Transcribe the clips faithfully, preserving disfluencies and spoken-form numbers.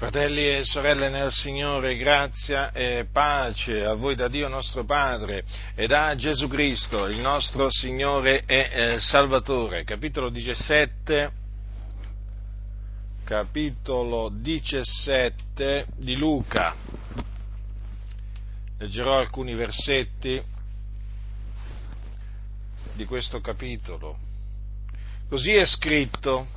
Fratelli e sorelle nel Signore, grazia e pace a voi da Dio nostro Padre e da Gesù Cristo, il nostro Signore e eh, Salvatore. Capitolo diciassette, capitolo diciassette di Luca. Leggerò alcuni versetti di questo capitolo. Così è scritto.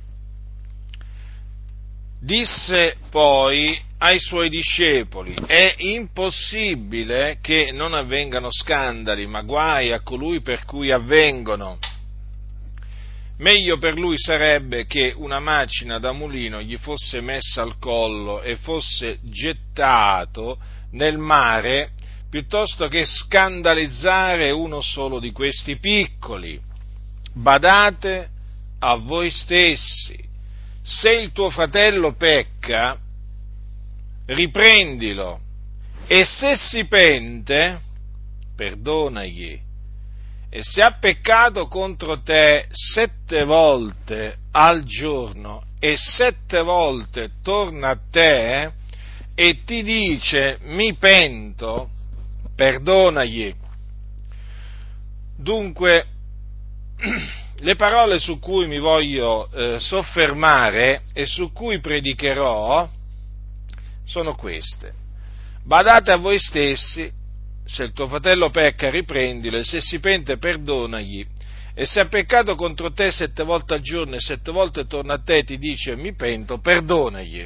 Disse poi ai suoi discepoli: è impossibile che non avvengano scandali, ma guai a colui per cui avvengono. Meglio per lui sarebbe che una macina da mulino gli fosse messa al collo e fosse gettato nel mare, piuttosto che scandalizzare uno solo di questi piccoli. Badate a voi stessi. Se il tuo fratello pecca, riprendilo, e se si pente, perdonagli. E se ha peccato contro te sette volte al giorno e sette volte torna a te e ti dice mi pento, perdonagli. Dunque, le parole su cui mi voglio eh, soffermare e su cui predicherò sono queste. Badate a voi stessi, se il tuo fratello pecca riprendilo, e se si pente perdonagli, e se ha peccato contro te sette volte al giorno e sette volte torna a te e ti dice mi pento, perdonagli.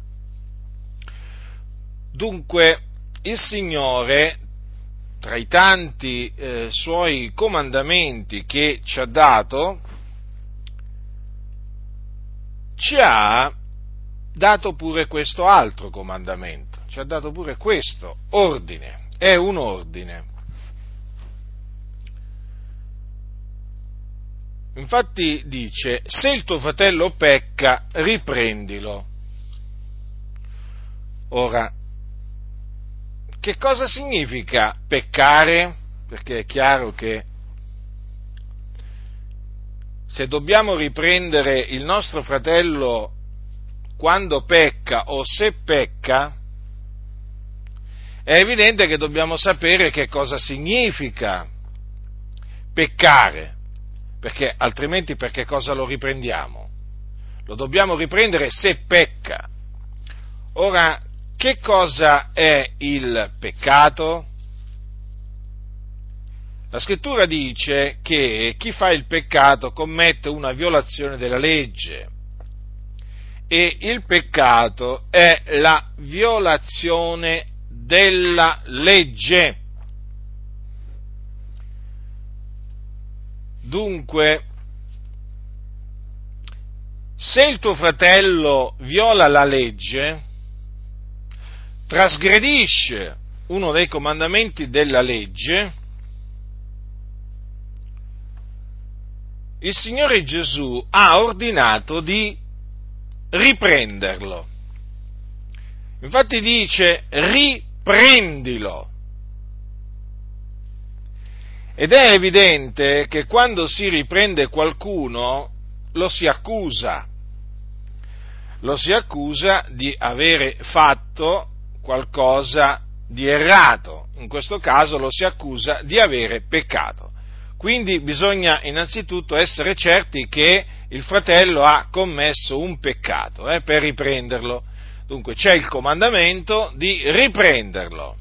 Dunque il Signore, tra i tanti eh, suoi comandamenti che ci ha dato, ci ha dato pure questo altro comandamento, ci ha dato pure questo ordine, è un ordine. Infatti dice, se il tuo fratello pecca, riprendilo. Ora, che cosa significa peccare? Perché è chiaro che se dobbiamo riprendere il nostro fratello quando pecca o se pecca, è evidente che dobbiamo sapere che cosa significa peccare, perché altrimenti per che cosa lo riprendiamo? Lo dobbiamo riprendere se pecca. Ora, che cosa è il peccato? La Scrittura dice che chi fa il peccato commette una violazione della legge e il peccato è la violazione della legge. Dunque, se il tuo fratello viola la legge, trasgredisce uno dei comandamenti della legge, il Signore Gesù ha ordinato di riprenderlo. Infatti dice riprendilo. Ed è evidente che quando si riprende qualcuno lo si accusa, lo si accusa di avere fatto qualcosa di errato, in questo caso lo si accusa di avere peccato. Quindi bisogna innanzitutto essere certi che il fratello ha commesso un peccato eh, per riprenderlo. Dunque c'è il comandamento di riprenderlo.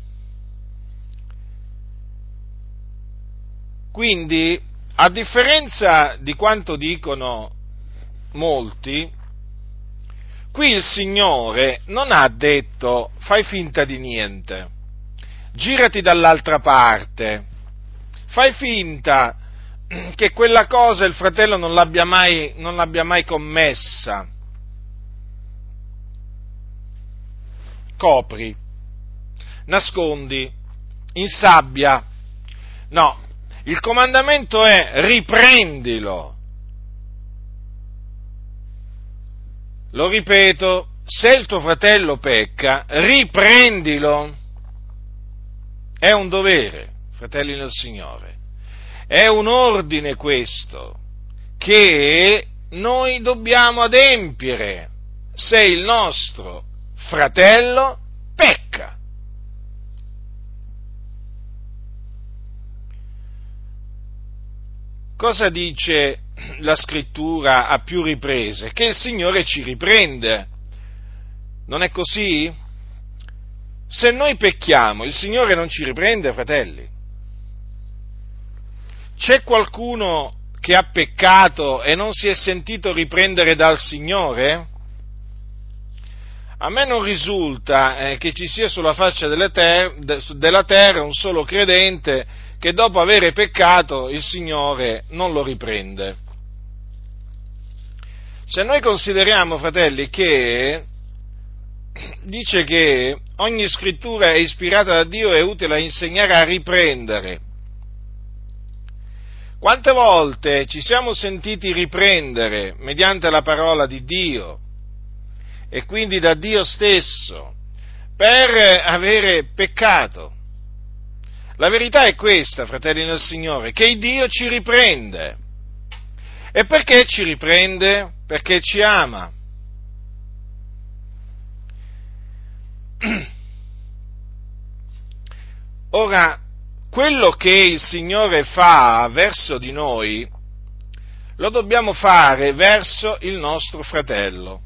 Quindi, a differenza di quanto dicono molti, qui il Signore non ha detto fai finta di niente, girati dall'altra parte, fai finta che quella cosa il fratello non l'abbia mai, non l'abbia mai commessa, copri, nascondi, insabbia. No, il comandamento è riprendilo. Lo ripeto, se il tuo fratello pecca, riprendilo. È un dovere, fratelli nel Signore. È un ordine questo, che noi dobbiamo adempiere. se il nostro fratello pecca. Cosa dice la Scrittura a più riprese? Che il Signore ci riprende. Non è così? Se noi pecchiamo, il Signore non ci riprende, fratelli? C'è qualcuno che ha peccato e non si è sentito riprendere dal Signore? A me non risulta eh, che ci sia sulla faccia della, ter- della terra un solo credente che dopo avere peccato il Signore non lo riprende. Se noi consideriamo, fratelli, che dice che ogni scrittura è ispirata da Dio e è utile a insegnare a riprendere. Quante volte ci siamo sentiti riprendere mediante la parola di Dio e quindi da Dio stesso per avere peccato? La verità è questa, fratelli nel Signore, che Dio ci riprende. E perché ci riprende? Perché ci ama. Ora, quello che il Signore fa verso di noi, lo dobbiamo fare verso il nostro fratello.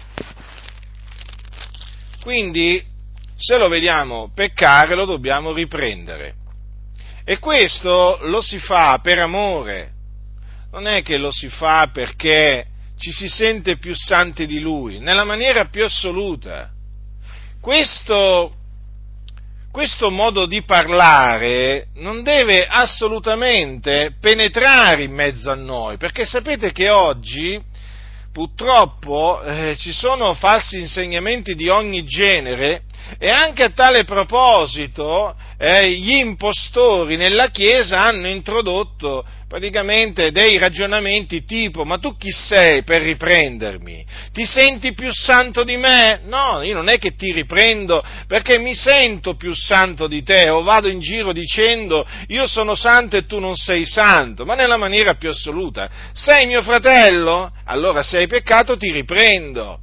Quindi, se lo vediamo peccare, lo dobbiamo riprendere. E questo lo si fa per amore, non è che lo si fa perché ci si sente più santi di lui, nella maniera più assoluta. Questo, questo modo di parlare non deve assolutamente penetrare in mezzo a noi, perché sapete che oggi purtroppo eh, ci sono falsi insegnamenti di ogni genere e anche a tale proposito eh, gli impostori nella Chiesa hanno introdotto praticamente dei ragionamenti tipo: ma tu chi sei per riprendermi? Ti senti più santo di me? No, io non è che ti riprendo perché mi sento più santo di te o vado in giro dicendo io sono santo e tu non sei santo, ma nella maniera più assoluta. Sei mio fratello? Allora se hai peccato ti riprendo.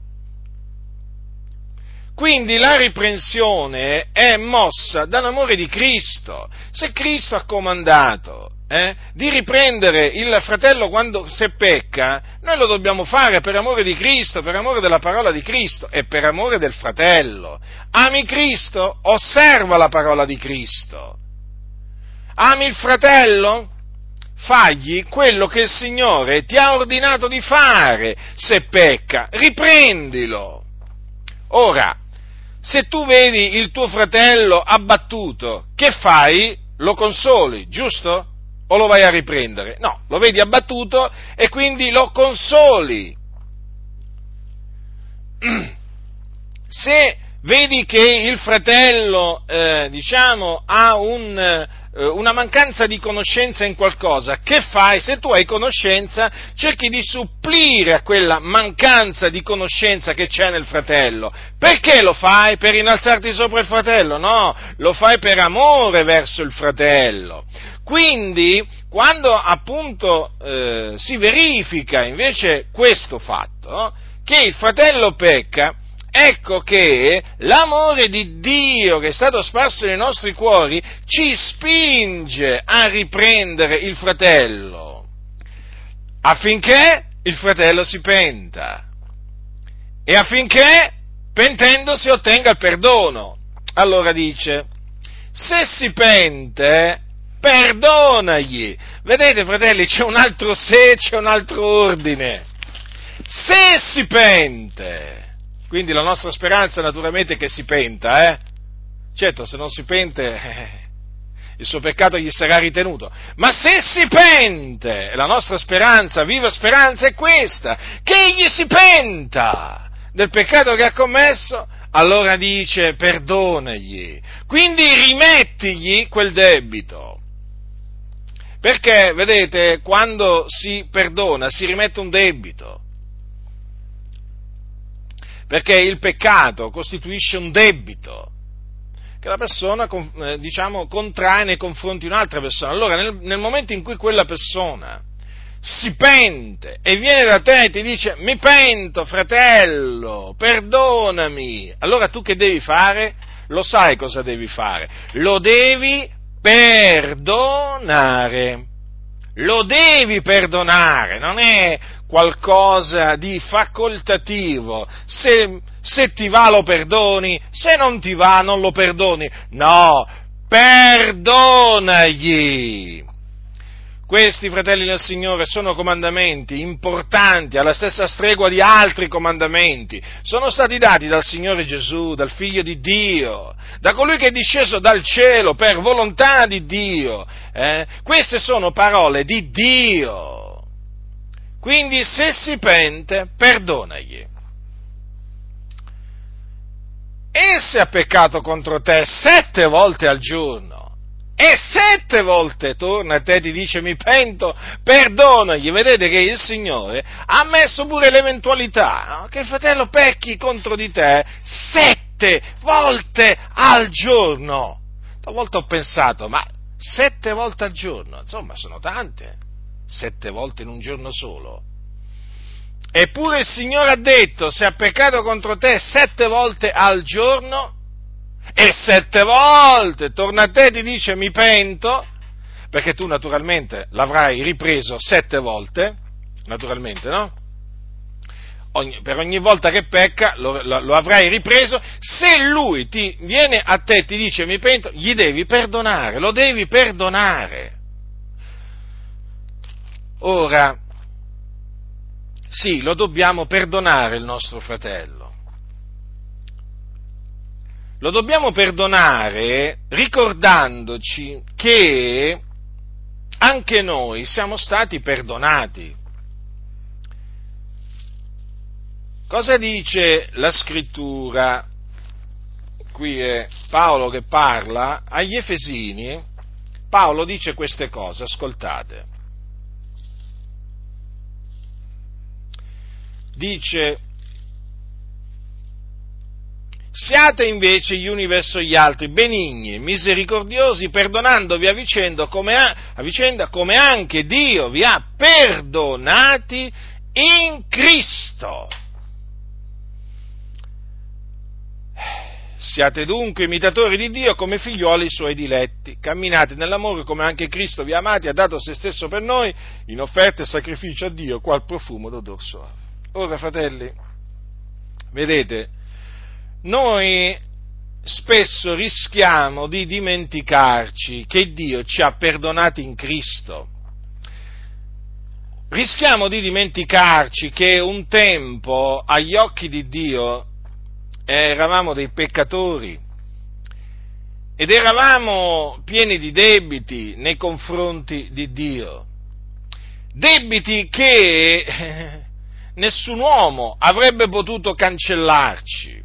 Quindi la riprensione è mossa dall'amore di Cristo. Se Cristo ha comandato eh, di riprendere il fratello quando se pecca, noi lo dobbiamo fare per amore di Cristo, per amore della parola di Cristo e per amore del fratello. Ami Cristo? Osserva la parola di Cristo. Ami il fratello? Fagli quello che il Signore ti ha ordinato di fare. Se pecca, riprendilo. Ora, se tu vedi il tuo fratello abbattuto, che fai? Lo consoli, giusto? O lo vai a riprendere? No, lo vedi abbattuto e quindi lo consoli. Se vedi che il fratello, eh, diciamo, ha un, eh, una mancanza di conoscenza in qualcosa, che fai? Se tu hai conoscenza, cerchi di supplire a quella mancanza di conoscenza che c'è nel fratello. Perché lo fai? Per innalzarti sopra il fratello? No, lo fai per amore verso il fratello. Quindi, quando appunto eh, si verifica invece questo fatto, che il fratello pecca, ecco che l'amore di Dio che è stato sparso nei nostri cuori ci spinge a riprendere il fratello, affinché il fratello si penta e affinché, pentendosi, ottenga il perdono. Allora dice, se si pente, perdonagli. Vedete, fratelli, c'è un altro se, c'è un altro ordine. Se si pente, quindi la nostra speranza naturalmente è che si penta, eh? Certo, se non si pente, eh, il suo peccato gli sarà ritenuto. Ma se si pente, la nostra speranza, viva speranza, è questa, che egli si penta del peccato che ha commesso, allora dice perdonagli, quindi rimettigli quel debito. Perché, vedete, quando si perdona si rimette un debito. Perché il peccato costituisce un debito che la persona, diciamo, contrae nei confronti di un'altra persona. Allora, nel, nel momento in cui quella persona si pente e viene da te e ti dice: mi pento, fratello, perdonami, allora tu che devi fare? Lo sai cosa devi fare? Lo devi perdonare. Lo devi perdonare, non è qualcosa di facoltativo. Se, se ti va lo perdoni, se non ti va non lo perdoni. No, perdonagli. Questi, fratelli del Signore, sono comandamenti importanti, alla stessa stregua di altri comandamenti. Sono stati dati dal Signore Gesù, dal Figlio di Dio, da colui che è disceso dal cielo per volontà di Dio. Eh? Queste sono parole di Dio. Quindi, se si pente, perdonagli. E se ha peccato contro te sette volte al giorno, e sette volte torna a te e ti dice: mi pento, perdonagli. Vedete che il Signore ha messo pure l'eventualità, no? Che il fratello pecchi contro di te sette volte al giorno. Talvolta ho pensato, ma sette volte al giorno, insomma, sono tante, sette volte in un giorno solo. Eppure il Signore ha detto: se ha peccato contro te sette volte al giorno, e sette volte torna a te e ti dice: mi pento, perché tu naturalmente l'avrai ripreso sette volte, naturalmente, no? Ogni, per ogni volta che pecca lo, lo, lo avrai ripreso. Se lui ti viene a te e ti dice: mi pento, gli devi perdonare, lo devi perdonare. Ora, sì, lo dobbiamo perdonare il nostro fratello. Lo dobbiamo perdonare ricordandoci che anche noi siamo stati perdonati. Cosa dice la Scrittura? Qui è Paolo che parla agli Efesini. Paolo dice queste cose, ascoltate. Dice: siate invece gli uni verso gli altri benigni, misericordiosi, perdonandovi a vicenda, come, a, a vicenda, come anche Dio vi ha perdonati in Cristo. Siate dunque imitatori di Dio come figlioli suoi diletti, camminate nell'amore come anche Cristo vi ha amati e ha dato se stesso per noi in offerta e sacrificio a Dio, qual profumo d'odor soave. Ora, fratelli, vedete, noi spesso rischiamo di dimenticarci che Dio ci ha perdonati in Cristo. Rischiamo di dimenticarci che un tempo agli occhi di Dio eravamo dei peccatori ed eravamo pieni di debiti nei confronti di Dio. Debiti che nessun uomo avrebbe potuto cancellarci.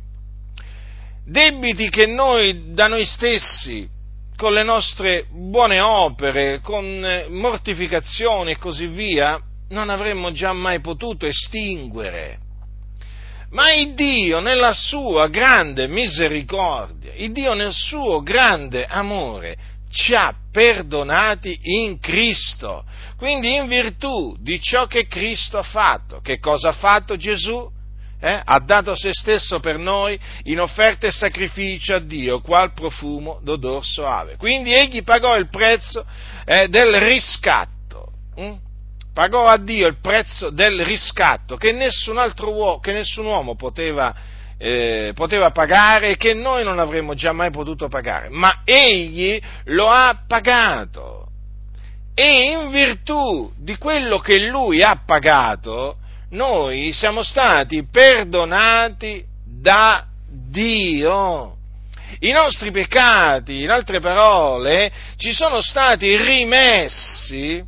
Debiti che noi da noi stessi, con le nostre buone opere, con mortificazioni e così via, non avremmo già mai potuto estinguere. Ma il Dio nella sua grande misericordia, il Dio nel suo grande amore ci ha perdonati in Cristo. Quindi in virtù di ciò che Cristo ha fatto. Che cosa ha fatto Gesù? Eh? Ha dato se stesso per noi in offerta e sacrificio a Dio, qual profumo d'odor soave. Quindi egli pagò il prezzo eh, del riscatto, hm? Pagò a Dio il prezzo del riscatto che nessun altro uomo, che nessun uomo poteva, eh, poteva pagare e che noi non avremmo già mai potuto pagare, ma egli lo ha pagato. E in virtù di quello che lui ha pagato, noi siamo stati perdonati da Dio. I nostri peccati, in altre parole, ci sono stati rimessi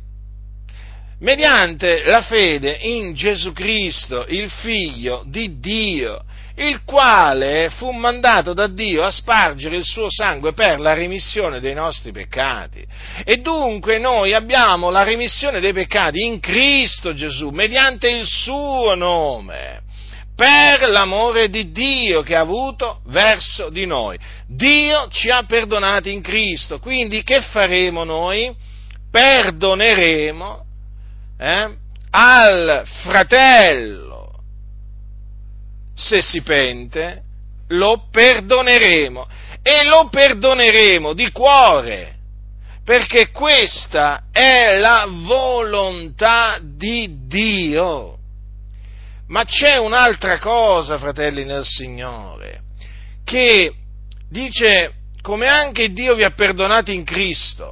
mediante la fede in Gesù Cristo, il Figlio di Dio, il quale fu mandato da Dio a spargere il suo sangue per la remissione dei nostri peccati. E dunque noi abbiamo la remissione dei peccati in Cristo Gesù, mediante il suo nome, per l'amore di Dio che ha avuto verso di noi. Dio ci ha perdonati in Cristo, quindi che faremo noi? Perdoneremo eh, al fratello, se si pente, lo perdoneremo, e lo perdoneremo di cuore, perché questa è la volontà di Dio. Ma c'è un'altra cosa, fratelli nel Signore, che dice, come anche Dio vi ha perdonati in Cristo,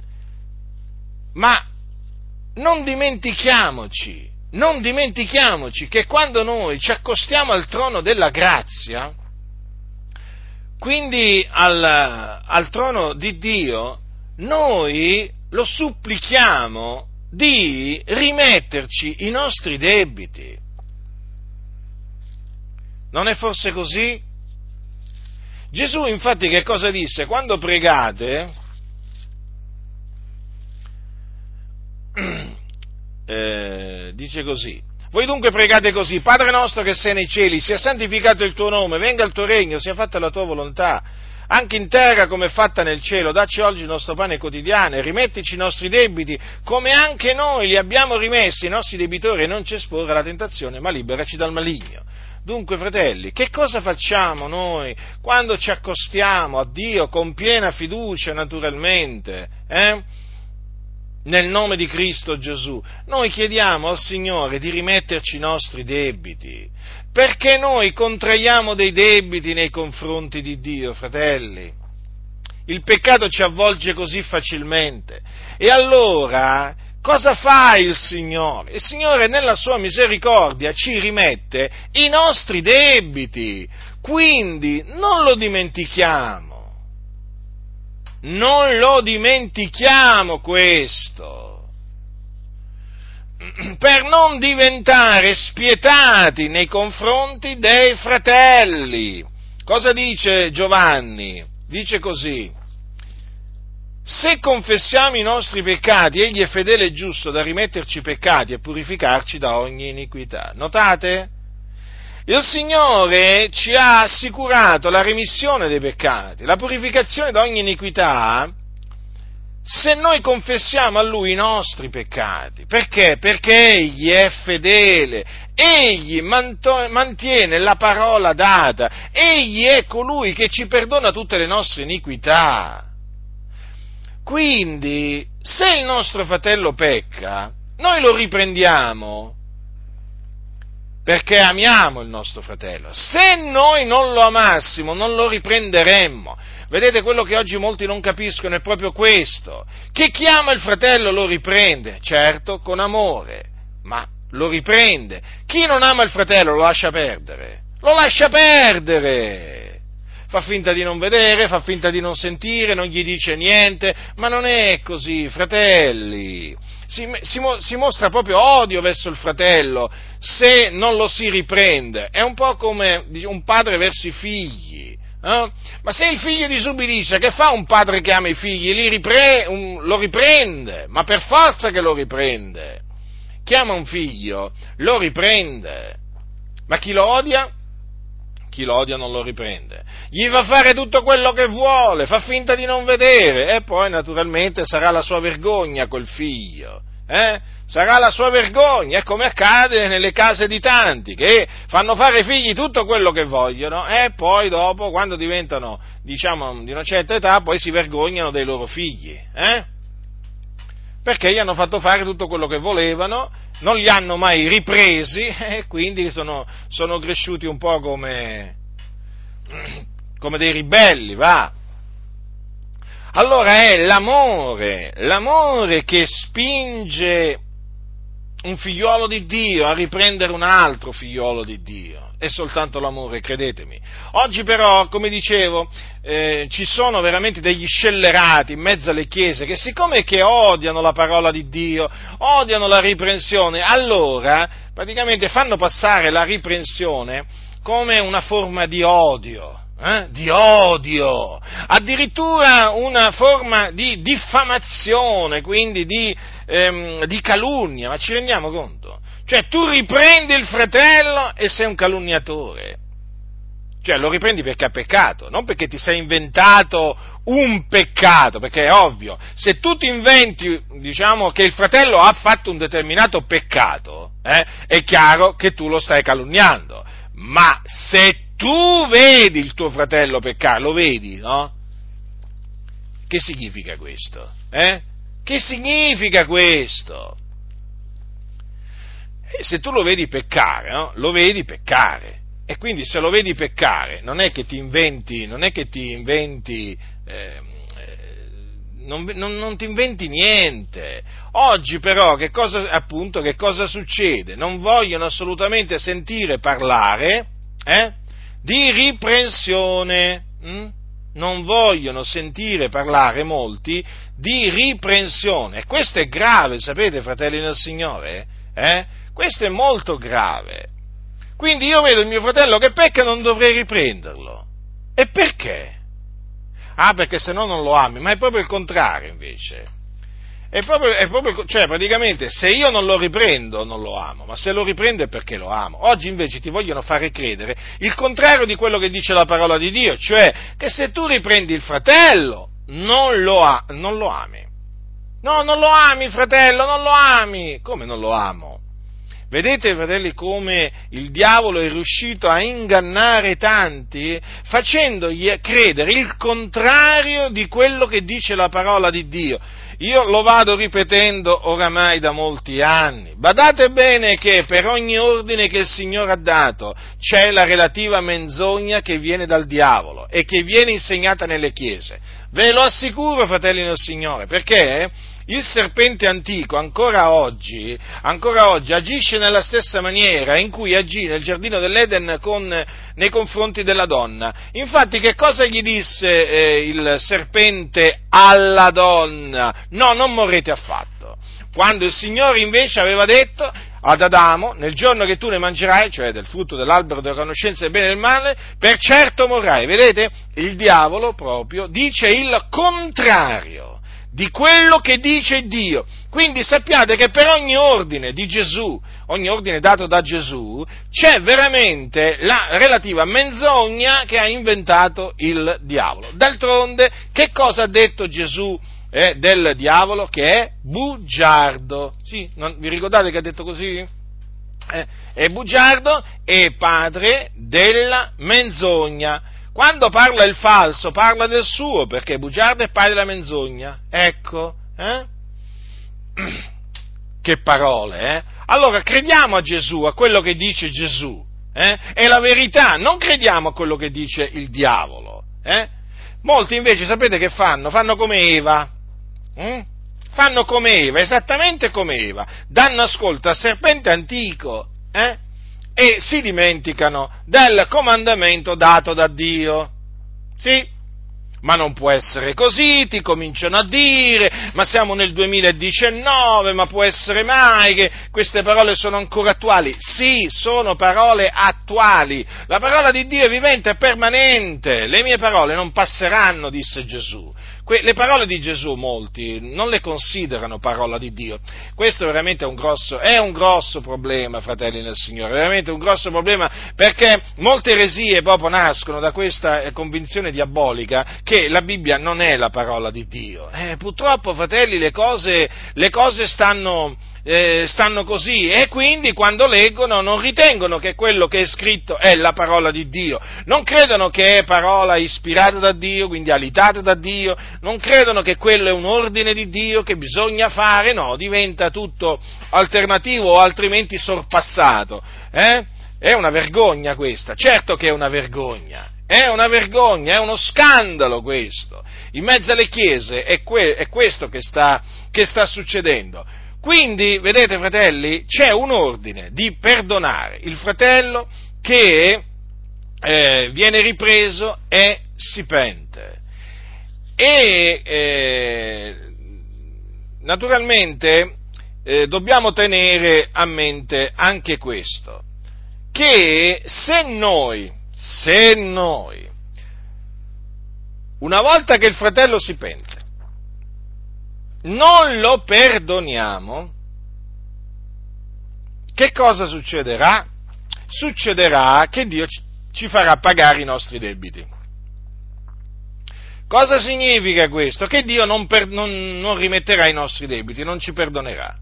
ma non dimentichiamoci, non dimentichiamoci che quando noi ci accostiamo al trono della grazia, quindi al, al trono di Dio, noi lo supplichiamo di rimetterci i nostri debiti. Non è forse così? Gesù infatti che cosa disse? Quando pregate, eh, dice così: voi dunque pregate così: Padre nostro che sei nei cieli, sia santificato il tuo nome, venga il tuo regno, sia fatta la tua volontà, anche in terra come è fatta nel cielo. Dacci oggi il nostro pane quotidiano e rimettici i nostri debiti, come anche noi li abbiamo rimessi ai nostri debitori, e non ci esporre alla tentazione, ma liberaci dal maligno. Dunque, fratelli, che cosa facciamo noi quando ci accostiamo a Dio con piena fiducia, naturalmente, eh? Nel nome di Cristo Gesù? Noi chiediamo al Signore di rimetterci i nostri debiti, perché noi contraiamo dei debiti nei confronti di Dio, fratelli. Il peccato ci avvolge così facilmente. E allora, cosa fa il Signore? Il Signore nella sua misericordia ci rimette i nostri debiti, quindi non lo dimentichiamo. Non lo dimentichiamo questo, per non diventare spietati nei confronti dei fratelli. Cosa dice Giovanni? Dice così: se confessiamo i nostri peccati, egli è fedele e giusto da rimetterci i peccati e purificarci da ogni iniquità. Notate? Il Signore ci ha assicurato la remissione dei peccati, la purificazione da ogni iniquità, se noi confessiamo a Lui i nostri peccati. Perché? Perché Egli è fedele, Egli manto- mantiene la parola data, Egli è colui che ci perdona tutte le nostre iniquità. Quindi, se il nostro fratello pecca, noi lo riprendiamo, perché amiamo il nostro fratello. Se noi non lo amassimo, non lo riprenderemmo. Vedete, quello che oggi molti non capiscono è proprio questo, che chi ama il fratello lo riprende, certo, con amore, ma lo riprende. Chi non ama il fratello lo lascia perdere, lo lascia perdere. Fa finta di non vedere, fa finta di non sentire, non gli dice niente, ma non è così, fratelli. Si, si, si mostra proprio odio verso il fratello se non lo si riprende. È un po' come un padre verso i figli. Eh? Ma se il figlio disubbidisce, che fa un padre che ama i figli? Li ripre, un, lo riprende, ma per forza che lo riprende. Chi ama un figlio lo riprende, ma chi lo odia? Chi lo odia non lo riprende. Gli fa fare tutto quello che vuole, fa finta di non vedere, e poi naturalmente sarà la sua vergogna quel figlio, eh? Sarà la sua vergogna, è come accade nelle case di tanti, che fanno fare ai figli tutto quello che vogliono, e poi dopo, quando diventano, diciamo, di una certa età, poi si vergognano dei loro figli, eh? Perché gli hanno fatto fare tutto quello che volevano, non li hanno mai ripresi, e quindi sono, sono cresciuti un po' come, come dei ribelli, va. Allora è l'amore, l'amore che spinge un figliuolo di Dio a riprendere un altro figliuolo di Dio. È soltanto l'amore, credetemi. Oggi però, come dicevo, eh, ci sono veramente degli scellerati in mezzo alle chiese che, siccome che odiano la parola di Dio, odiano la riprensione, allora praticamente fanno passare la riprensione come una forma di odio. Eh? Di odio, addirittura una forma di diffamazione, quindi di, ehm, di calunnia. Ma ci rendiamo conto? Cioè, tu riprendi il fratello e sei un calunniatore. Cioè lo riprendi perché ha peccato, non perché ti sei inventato un peccato, perché è ovvio, se tu ti inventi, diciamo, che il fratello ha fatto un determinato peccato, eh, è chiaro che tu lo stai calunniando, ma se tu vedi il tuo fratello peccare, lo vedi, no? Che significa questo? Eh? Che significa questo? E se tu lo vedi peccare, no? Lo vedi peccare. E quindi se lo vedi peccare, non è che ti inventi, non è che ti inventi, eh, non, non, non ti inventi niente. Oggi però, che cosa, appunto, che cosa succede? Non vogliono assolutamente sentire parlare, eh, di riprensione, hm? Non vogliono sentire parlare molti di riprensione. E questo è grave, sapete, fratelli del Signore? Eh? Questo è molto grave. Quindi io vedo il mio fratello che pecca e non dovrei riprenderlo. E perché? Ah, perché se no non lo ami, ma è proprio il contrario invece. È proprio, è proprio, cioè praticamente se io non lo riprendo non lo amo, ma se lo riprendo è perché lo amo. Oggi invece ti vogliono fare credere il contrario di quello che dice la parola di Dio, cioè che se tu riprendi il fratello non lo, a, non lo ami. No, non lo ami, fratello, non lo ami. Come non lo amo? Vedete, fratelli, come il diavolo è riuscito a ingannare tanti, facendogli credere il contrario di quello che dice la parola di Dio. Io lo vado ripetendo oramai da molti anni. Badate bene che per ogni ordine che il Signore ha dato c'è la relativa menzogna che viene dal diavolo e che viene insegnata nelle chiese. Ve lo assicuro, fratelli del Signore, perché il serpente antico ancora oggi, ancora oggi agisce nella stessa maniera in cui agì nel giardino dell'Eden con, nei confronti della donna. Infatti che cosa gli disse eh, il serpente alla donna? No, non morrete affatto. Quando il Signore invece aveva detto ad Adamo, nel giorno che tu ne mangerai, cioè del frutto dell'albero della conoscenza del bene e del male, per certo morrai. Vedete? Il diavolo proprio dice il contrario di quello che dice Dio. Quindi sappiate che per ogni ordine di Gesù, ogni ordine dato da Gesù, c'è veramente la relativa menzogna che ha inventato il diavolo. D'altronde, che cosa ha detto Gesù eh, del diavolo? Che è bugiardo. Sì, non, vi ricordate che ha detto così? Eh, è bugiardo e padre della menzogna. Quando parla il falso, parla del suo, perché bugiardo è padre della menzogna. Ecco, eh? Che parole, eh? Allora, crediamo a Gesù, a quello che dice Gesù, eh? È la verità, non crediamo a quello che dice il diavolo, eh? Molti invece, sapete che fanno? Fanno come Eva, hm? Fanno come Eva, esattamente come Eva, danno ascolto al serpente antico, eh? E si dimenticano del comandamento dato da Dio. Sì, ma non può essere così, ti cominciano a dire, ma siamo nel duemiladiciannove, ma può essere mai che queste parole sono ancora attuali? Sì, sono parole attuali, la parola di Dio è vivente e permanente, le mie parole non passeranno, disse Gesù. Que- le parole di Gesù molti non le considerano parola di Dio. Questo veramente è un grosso, è un grosso problema, fratelli nel Signore, veramente un grosso problema, perché molte eresie proprio nascono da questa convinzione diabolica che la Bibbia non è la parola di Dio. Eh, purtroppo, fratelli, le cose, le cose stanno, eh, stanno così, e quindi quando leggono non ritengono che quello che è scritto è la parola di Dio, non credono che è parola ispirata da Dio, quindi alitata da Dio, non credono che quello è un ordine di Dio che bisogna fare, no, diventa tutto alternativo o altrimenti sorpassato. Eh? È una vergogna questa, certo che è una vergogna. È una vergogna, è uno scandalo questo. In mezzo alle chiese è, que- è questo che sta, che sta succedendo. Quindi, vedete, fratelli, c'è un ordine di perdonare il fratello che eh, viene ripreso e si pente. E eh, naturalmente eh, dobbiamo tenere a mente anche questo, che se noi Se noi, una volta che il fratello si pente, non lo perdoniamo, che cosa succederà? Succederà che Dio ci farà pagare i nostri debiti. Cosa significa questo? Che Dio non, per, non, non rimetterà i nostri debiti, non ci perdonerà.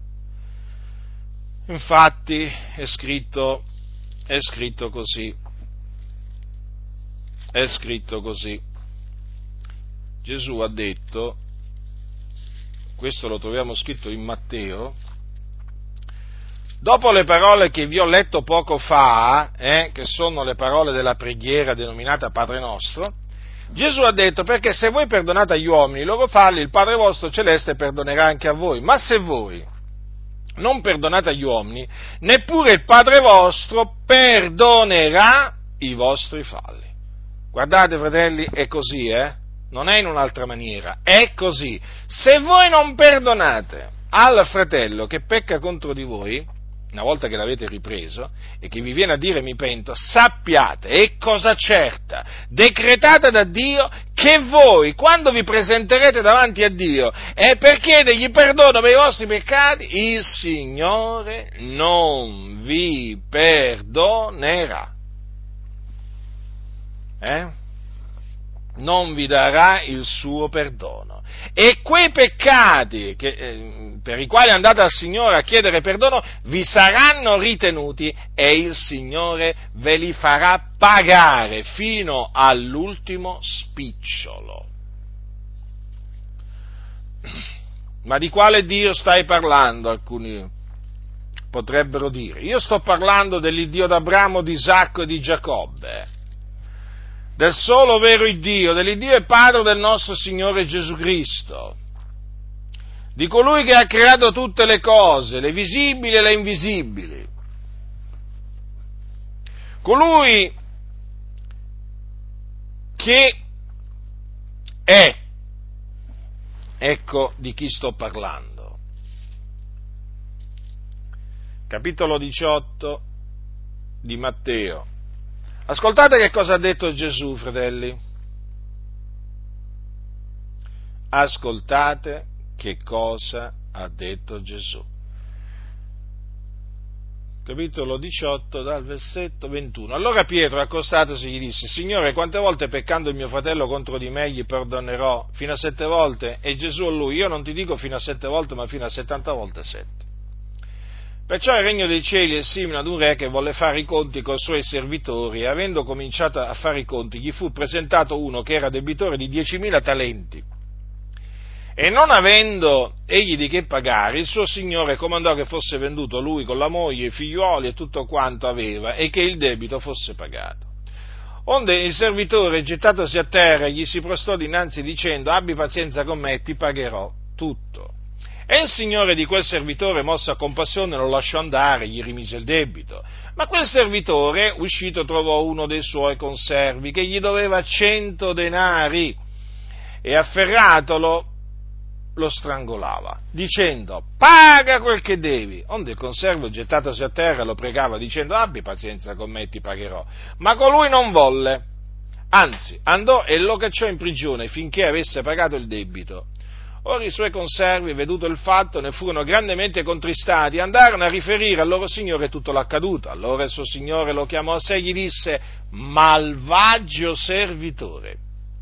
Infatti è scritto, è scritto così, è scritto così. Gesù ha detto, questo lo troviamo scritto in Matteo, dopo le parole che vi ho letto poco fa, eh, che sono le parole della preghiera denominata Padre Nostro, Gesù ha detto, perché se voi perdonate agli uomini i loro falli, il Padre vostro celeste perdonerà anche a voi, ma se voi non perdonate agli uomini, neppure il Padre vostro perdonerà i vostri falli. Guardate, fratelli, è così, eh? Non è in un'altra maniera, è così. Se voi non perdonate al fratello che pecca contro di voi, una volta che l'avete ripreso, e che vi viene a dire mi pento, sappiate, è cosa certa, decretata da Dio, che voi, quando vi presenterete davanti a Dio, e per chiedergli perdono per i vostri peccati, il Signore non vi perdonerà. Eh? Non vi darà il suo perdono. E quei peccati che, eh, per i quali andate al Signore a chiedere perdono vi saranno ritenuti e il Signore ve li farà pagare fino all'ultimo spicciolo. Ma di quale Dio stai parlando? Alcuni potrebbero dire. Io sto parlando dell'Iddio d'Abramo, di Isacco e di Giacobbe, del solo vero Iddio, dell'Iddio e Padre del nostro Signore Gesù Cristo, di colui che ha creato tutte le cose, le visibili e le invisibili, colui che è, ecco di chi sto parlando. Capitolo diciotto di Matteo. Ascoltate che cosa ha detto Gesù, fratelli. Ascoltate che cosa ha detto Gesù. Capitolo diciotto, dal versetto ventuno. Allora Pietro, accostatosi, gli disse: Signore, quante volte peccando il mio fratello contro di me gli perdonerò? Fino a sette volte? E Gesù a lui: io non ti dico fino a sette volte, ma fino a settanta volte sette. Perciò il regno dei cieli è simile ad un re che volle fare i conti con i suoi servitori, e avendo cominciato a fare i conti, gli fu presentato uno che era debitore di diecimila talenti. E non avendo egli di che pagare, il suo signore comandò che fosse venduto lui con la moglie, i figliuoli e tutto quanto aveva, e che il debito fosse pagato. Onde il servitore, gettatosi a terra, gli si prostò dinanzi dicendo: abbi pazienza con me e ti pagherò tutto. E il signore di quel servitore, mosso a compassione, lo lasciò andare, gli rimise il debito. Ma quel servitore, uscito, trovò uno dei suoi conservi, che gli doveva cento denari, e afferratolo lo strangolava, dicendo: paga quel che devi. Onde il conservo, gettatosi a terra, lo pregava, dicendo: abbi pazienza con me e ti pagherò. Ma colui non volle, anzi, andò e lo cacciò in prigione finché avesse pagato il debito. Ora i suoi conservi, veduto il fatto, ne furono grandemente contristati e andarono a riferire al loro signore tutto l'accaduto. Allora il suo signore lo chiamò a sé e gli disse: malvagio servitore,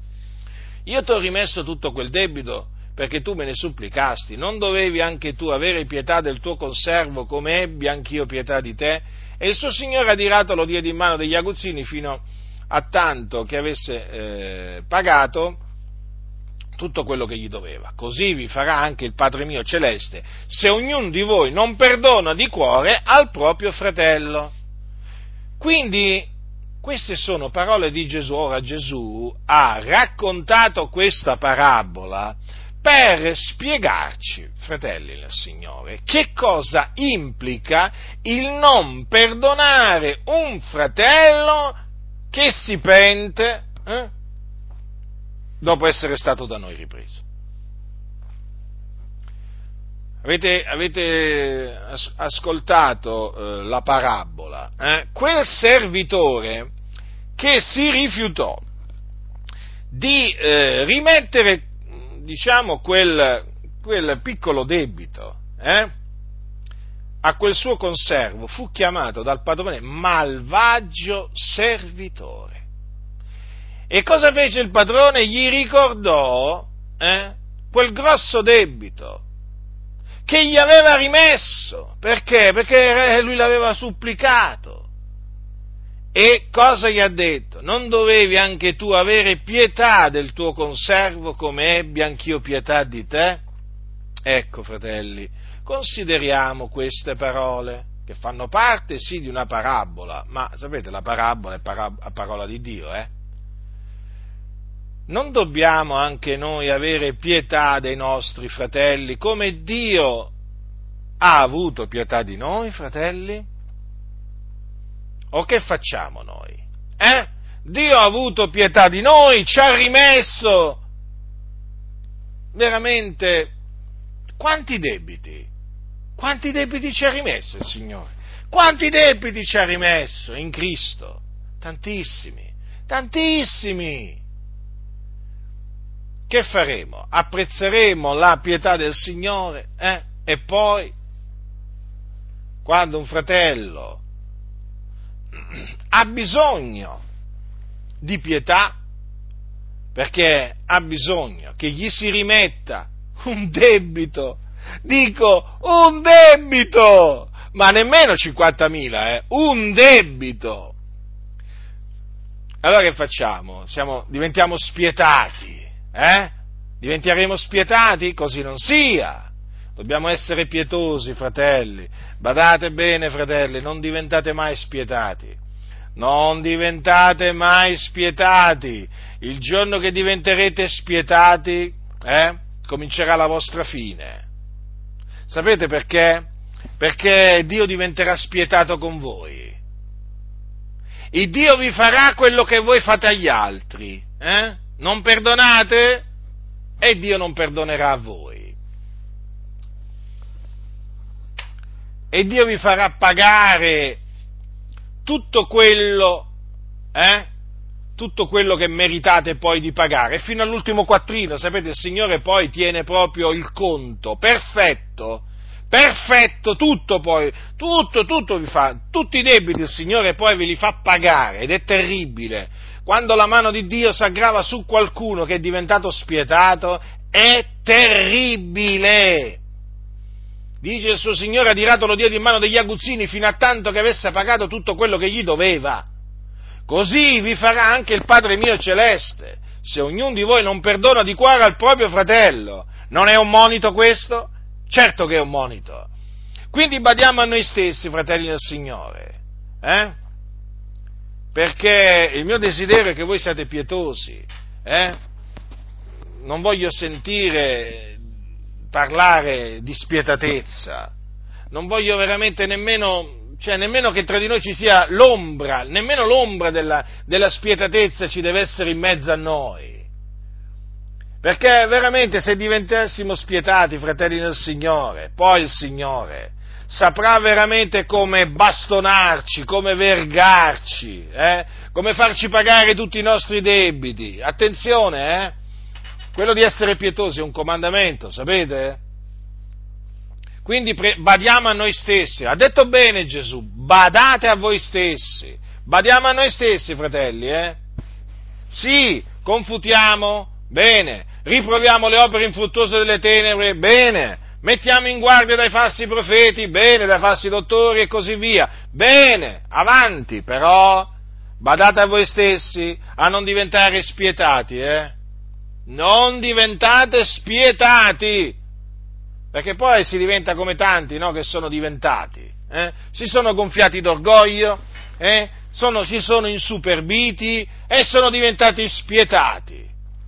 io ti ho rimesso tutto quel debito perché tu me ne supplicasti. Non dovevi anche tu avere pietà del tuo conservo come ebbi anch'io pietà di te? E il suo signore adirato lo diede in mano degli aguzzini fino a tanto che avesse eh, pagato tutto quello che gli doveva. Così vi farà anche il Padre mio celeste, se ognuno di voi non perdona di cuore al proprio fratello. Quindi, queste sono parole di Gesù. Ora Gesù ha raccontato questa parabola per spiegarci, fratelli nel Signore, che cosa implica il non perdonare un fratello che si pente, eh? dopo essere stato da noi ripreso. Avete, avete as- ascoltato eh, la parabola? Eh? Quel servitore che si rifiutò di eh, rimettere, diciamo, quel, quel piccolo debito, eh? a quel suo conservo fu chiamato dal padrone malvagio servitore. E cosa fece il padrone? Gli ricordò eh, quel grosso debito che gli aveva rimesso. Perché? Perché lui l'aveva supplicato. E cosa gli ha detto? Non dovevi anche tu avere pietà del tuo conservo come ebbi anch'io pietà di te? Ecco, fratelli, consideriamo queste parole, che fanno parte sì di una parabola, ma sapete, la parabola è parab- parola di Dio, eh? Non dobbiamo anche noi avere pietà dei nostri fratelli, come Dio ha avuto pietà di noi, fratelli? O che facciamo noi? Eh? Dio ha avuto pietà di noi, ci ha rimesso veramente quanti debiti? Quanti debiti ci ha rimesso il Signore? Quanti debiti ci ha rimesso in Cristo? Tantissimi, tantissimi. Che faremo? Apprezzeremo la pietà del Signore, eh? E poi, quando un fratello ha bisogno di pietà, perché ha bisogno che gli si rimetta un debito, dico un debito, ma nemmeno cinquantamila, eh, un debito. Allora che facciamo? Siamo, diventiamo spietati, eh? Diventeremo spietati? Così non sia. Dobbiamo essere pietosi, fratelli. Badate bene, fratelli, non diventate mai spietati. Non diventate mai spietati. Il giorno che diventerete spietati, eh, comincerà la vostra fine. Sapete perché? Perché Dio diventerà spietato con voi. Il Dio vi farà quello che voi fate agli altri. Eh? Non perdonate? E Dio non perdonerà a voi. E Dio vi farà pagare tutto quello, eh? Tutto quello che meritate poi di pagare. E fino all'ultimo quattrino, sapete, il Signore poi tiene proprio il conto, perfetto, perfetto, tutto poi, tutto, tutto vi fa, tutti i debiti il Signore poi ve li fa pagare, ed è terribile. Quando la mano di Dio si aggrava su qualcuno che è diventato spietato, è terribile. Dice il suo Signore: adiratolo Dio di mano degli aguzzini fino a tanto che avesse pagato tutto quello che gli doveva. Così vi farà anche il Padre mio celeste, se ognuno di voi non perdona di cuore al proprio fratello. Non è un monito questo? Certo che è un monito. Quindi badiamo a noi stessi, fratelli del Signore, eh? Perché il mio desiderio è che voi siate pietosi, eh? Non voglio sentire parlare di spietatezza, non voglio veramente nemmeno, cioè nemmeno che tra di noi ci sia l'ombra, nemmeno l'ombra della, della spietatezza ci deve essere in mezzo a noi, perché veramente se diventassimo spietati, fratelli del Signore, poi il Signore saprà veramente come bastonarci, come vergarci, eh? Come farci pagare tutti i nostri debiti. Attenzione, eh? Quello di essere pietosi è un comandamento, sapete? Quindi pre- badiamo a noi stessi. Ha detto bene Gesù, badate a voi stessi. Badiamo a noi stessi, fratelli, eh? Sì, confutiamo, bene. Riproviamo le opere infruttuose delle tenebre, bene. Mettiamo in guardia dai falsi profeti, bene, dai falsi dottori e così via, bene, avanti, però badate a voi stessi a non diventare spietati, eh? Non diventate spietati, perché poi si diventa come tanti, no, che sono diventati, eh? Si sono gonfiati d'orgoglio, eh? sono, si sono insuperbiti e sono diventati spietati,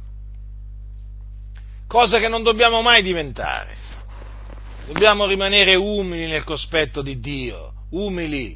cosa che non dobbiamo mai diventare. Dobbiamo rimanere umili nel cospetto di Dio, umili,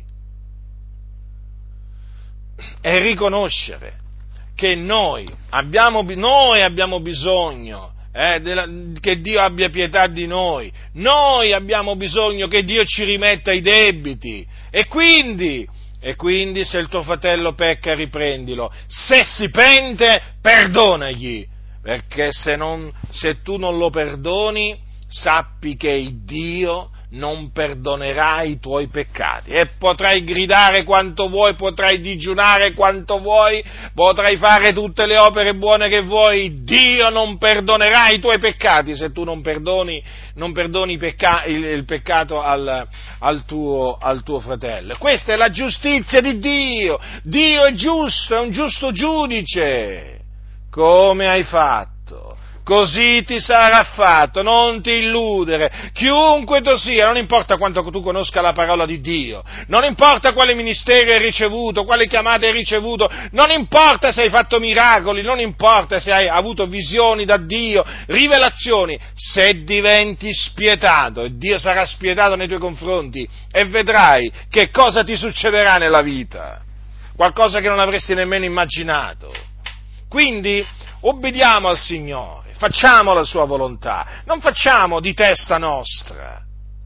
e riconoscere che noi abbiamo, noi abbiamo bisogno eh, della, che Dio abbia pietà di noi, noi abbiamo bisogno che Dio ci rimetta i debiti, e quindi, e quindi se il tuo fratello pecca riprendilo, se si pente perdonagli, perché se, non, se tu non lo perdoni sappi che il Dio non perdonerà i tuoi peccati. E potrai gridare quanto vuoi, potrai digiunare quanto vuoi, potrai fare tutte le opere buone che vuoi, Dio non perdonerà i tuoi peccati se tu non perdoni, non perdoni i pecca- il, il peccato al, al, tuo, al tuo fratello. Questa è la giustizia di Dio. Dio è giusto, è un giusto giudice. Come hai fatto? Così ti sarà fatto, non ti illudere, chiunque tu sia, non importa quanto tu conosca la parola di Dio, non importa quale ministero hai ricevuto, quale chiamata hai ricevuto, non importa se hai fatto miracoli, non importa se hai avuto visioni da Dio, rivelazioni, se diventi spietato, e Dio sarà spietato nei tuoi confronti, e vedrai che cosa ti succederà nella vita, qualcosa che non avresti nemmeno immaginato. Quindi obbediamo al Signore. Facciamo la sua volontà, non facciamo di testa nostra.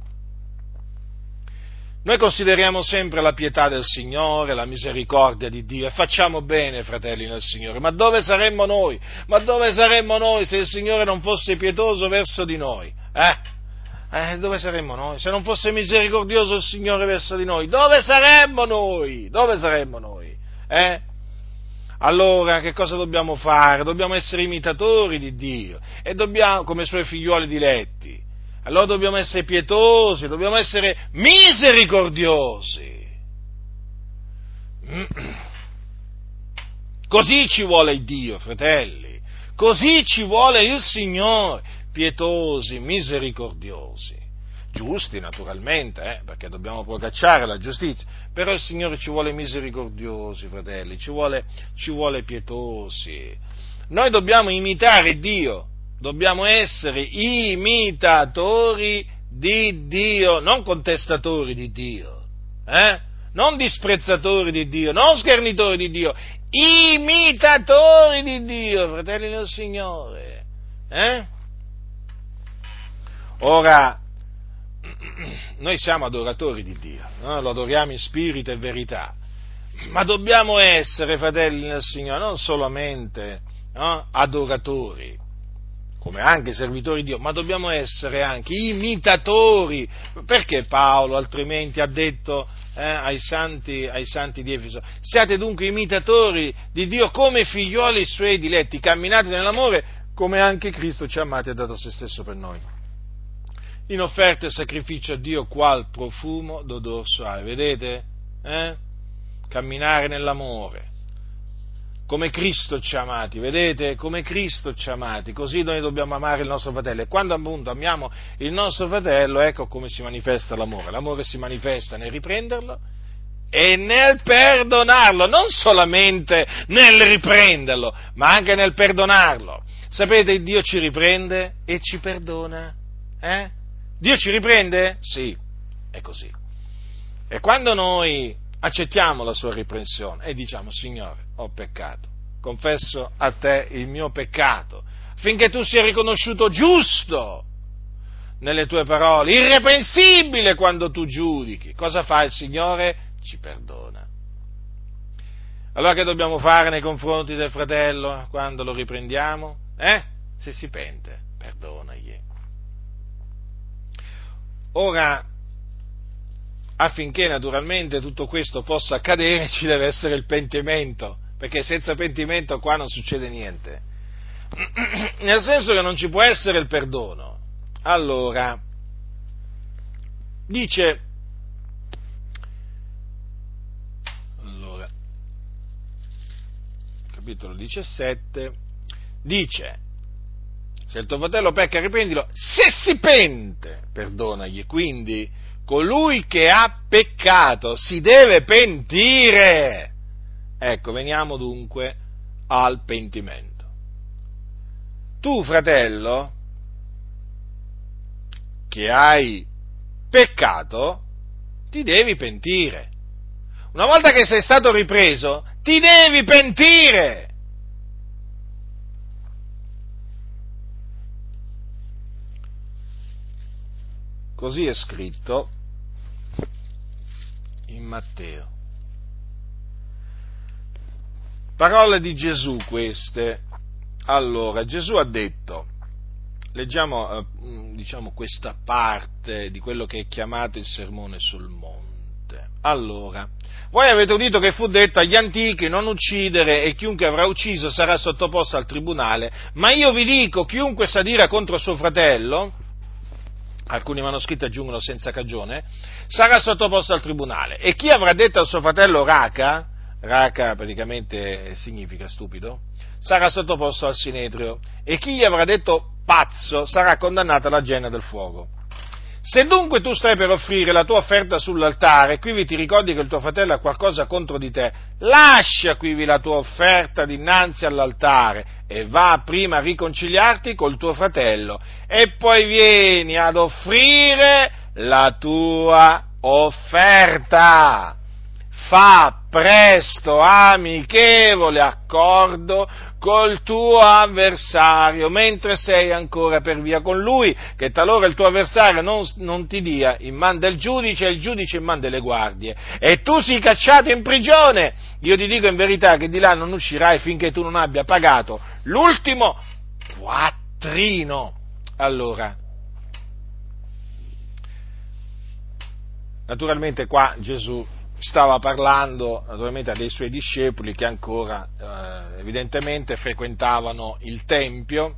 Noi consideriamo sempre la pietà del Signore, la misericordia di Dio e facciamo bene, fratelli nel Signore, ma dove saremmo noi? Ma dove saremmo noi se il Signore non fosse pietoso verso di noi? Eh? Eh, dove saremmo noi? Se non fosse misericordioso il Signore verso di noi, dove saremmo noi? Dove saremmo noi? Eh? Allora, che cosa dobbiamo fare? Dobbiamo essere imitatori di Dio, e dobbiamo, come suoi figliuoli diletti. Allora dobbiamo essere pietosi, dobbiamo essere misericordiosi. Così ci vuole Dio, fratelli, così ci vuole il Signore, pietosi, misericordiosi. Giusti naturalmente, eh, perché dobbiamo procacciare la giustizia, però il Signore ci vuole misericordiosi, fratelli, ci vuole, ci vuole pietosi. Noi dobbiamo imitare Dio, dobbiamo essere imitatori di Dio, non contestatori di Dio, eh? Non disprezzatori di Dio, non schernitori di Dio, imitatori di Dio, fratelli del Signore. Eh? Ora, noi siamo adoratori di Dio, no? Lo adoriamo in spirito e verità, ma dobbiamo essere, fratelli nel Signore, non solamente no? adoratori, come anche servitori di Dio, ma dobbiamo essere anche imitatori, perché Paolo altrimenti ha detto eh, ai, santi, ai santi di Efeso: siate dunque imitatori di Dio come figlioli suoi diletti, camminate nell'amore come anche Cristo ci ha amati e ha dato se stesso per noi, in offerta e sacrificio a Dio qual profumo d'odor soave. Vedete? Eh? Camminare nell'amore, come Cristo ci ha amati, vedete? Come Cristo ci ha amati, così noi dobbiamo amare il nostro fratello, e quando appunto amiamo il nostro fratello, ecco come si manifesta l'amore. L'amore si manifesta nel riprenderlo e nel perdonarlo, non solamente nel riprenderlo, ma anche nel perdonarlo. Sapete, Dio ci riprende e ci perdona, eh? Dio ci riprende? Sì, è così. E quando noi accettiamo la sua riprensione e diciamo: Signore, ho peccato, confesso a te il mio peccato, affinché tu sia riconosciuto giusto nelle tue parole, irreprensibile quando tu giudichi, cosa fa il Signore? Ci perdona. Allora che dobbiamo fare nei confronti del fratello quando lo riprendiamo? Eh? Se si pente, perdonagli. Ora, affinché naturalmente tutto questo possa accadere, ci deve essere il pentimento, perché senza pentimento qua non succede niente. Nel senso che non ci può essere il perdono. Allora, dice, allora, capitolo diciassette, dice: se il tuo fratello pecca, riprendilo, se si pente, perdonagli. Quindi colui che ha peccato si deve pentire. Ecco, veniamo dunque al pentimento. Tu, fratello, che hai peccato, ti devi pentire. Una volta che sei stato ripreso, ti devi pentire. Così è scritto in Matteo. Parole di Gesù queste. Allora, Gesù ha detto: leggiamo, eh, diciamo, questa parte di quello che è chiamato il sermone sul monte. Allora, voi avete udito che fu detto agli antichi non uccidere e chiunque avrà ucciso sarà sottoposto al tribunale, ma io vi dico, chiunque s'adira contro suo fratello, alcuni manoscritti aggiungono senza cagione, sarà sottoposto al tribunale. E chi avrà detto al suo fratello raca, raca praticamente significa stupido, sarà sottoposto al sinedrio. E chi gli avrà detto pazzo sarà condannato alla genna del fuoco. Se dunque tu stai per offrire la tua offerta sull'altare e quivi ti ricordi che il tuo fratello ha qualcosa contro di te, lascia quivi la tua offerta dinanzi all'altare e va prima a riconciliarti col tuo fratello e poi vieni ad offrire la tua offerta. Fa presto amichevole accordo col tuo avversario, mentre sei ancora per via con lui, che talora il tuo avversario non, non ti dia in man del giudice e il giudice in man delle guardie, e tu sii cacciato in prigione. Io ti dico in verità che di là non uscirai finché tu non abbia pagato l'ultimo quattrino. Allora, naturalmente qua Gesù stava parlando naturalmente a dei suoi discepoli che ancora eh, evidentemente frequentavano il Tempio,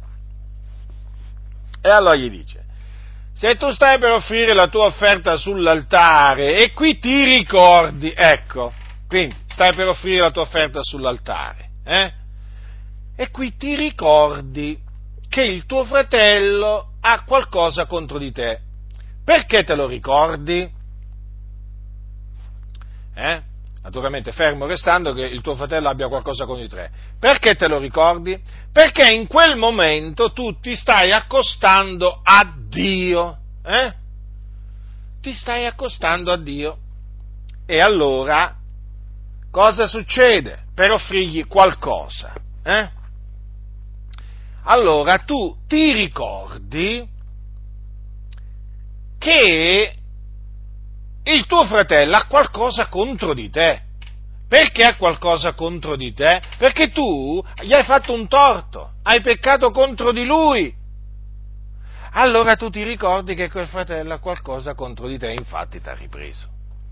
e allora gli dice: se tu stai per offrire la tua offerta sull'altare e qui ti ricordi, ecco, quindi stai per offrire la tua offerta sull'altare, eh? E qui ti ricordi che il tuo fratello ha qualcosa contro di te, perché te lo ricordi? Eh? Naturalmente fermo restando che il tuo fratello abbia qualcosa contro di te. Perché te lo ricordi? Perché in quel momento tu ti stai accostando a Dio, eh? Ti stai accostando a Dio. E allora cosa succede per offrirgli qualcosa? Eh? Allora tu ti ricordi che il tuo fratello ha qualcosa contro di te. Perché ha qualcosa contro di te? Perché tu gli hai fatto un torto, hai peccato contro di lui. Allora tu ti ricordi che quel fratello ha qualcosa contro di te, infatti ti ha ripreso.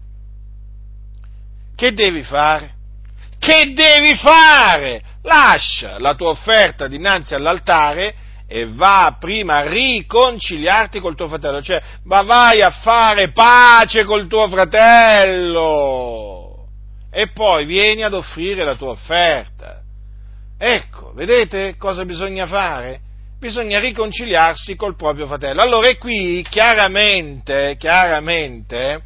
Che devi fare? Che devi fare? Lascia la tua offerta dinanzi all'altare e va prima a riconciliarti col tuo fratello, cioè ma vai a fare pace col tuo fratello e poi vieni ad offrire la tua offerta. Ecco, vedete cosa bisogna fare? Bisogna riconciliarsi col proprio fratello. Allora è qui chiaramente, chiaramente,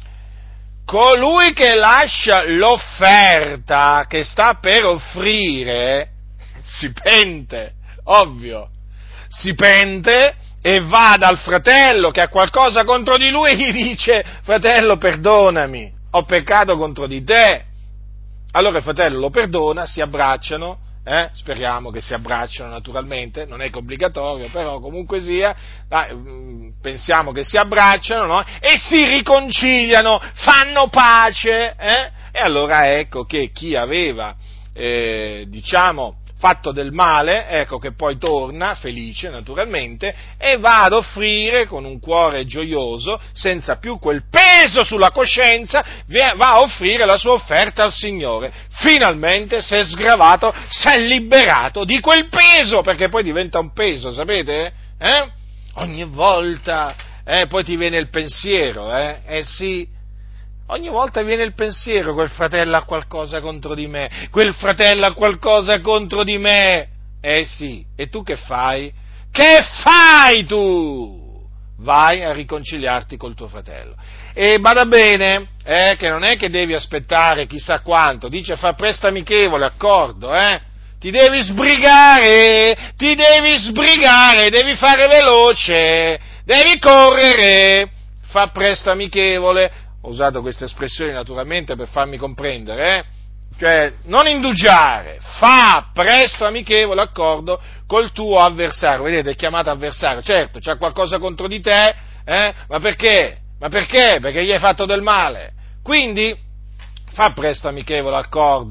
colui che lascia l'offerta che sta per offrire si pente, ovvio. Si pente e va dal fratello che ha qualcosa contro di lui e gli dice: fratello, perdonami, ho peccato contro di te. Allora il fratello lo perdona, si abbracciano, eh? Speriamo che si abbracciano naturalmente, non è che obbligatorio, però comunque sia, dai, pensiamo che si abbracciano, no? E si riconciliano, fanno pace, eh? E allora ecco che chi aveva, eh, diciamo, fatto del male, ecco che poi torna, felice naturalmente, e va ad offrire con un cuore gioioso, senza più quel peso sulla coscienza, va a offrire la sua offerta al Signore. Finalmente si è sgravato, si è liberato di quel peso, perché poi diventa un peso, sapete? Eh? Ogni volta, eh, poi ti viene il pensiero, eh? Eh sì, ogni volta viene il pensiero: quel fratello ha qualcosa contro di me, quel fratello ha qualcosa contro di me. Eh sì, e tu che fai? Che fai tu? Vai a riconciliarti col tuo fratello. E bada bene, eh, che non è che devi aspettare chissà quanto, dice fa presto amichevole, accordo, eh? Ti devi sbrigare, ti devi sbrigare, devi fare veloce, devi correre, fa presto amichevole. Ho usato queste espressioni naturalmente per farmi comprendere, eh? Cioè, non indugiare, fa presto amichevole accordo col tuo avversario. Vedete, è chiamato avversario, certo, c'ha qualcosa contro di te, eh? Ma perché? Ma perché? Perché gli hai fatto del male. Quindi, fa presto amichevole accordo,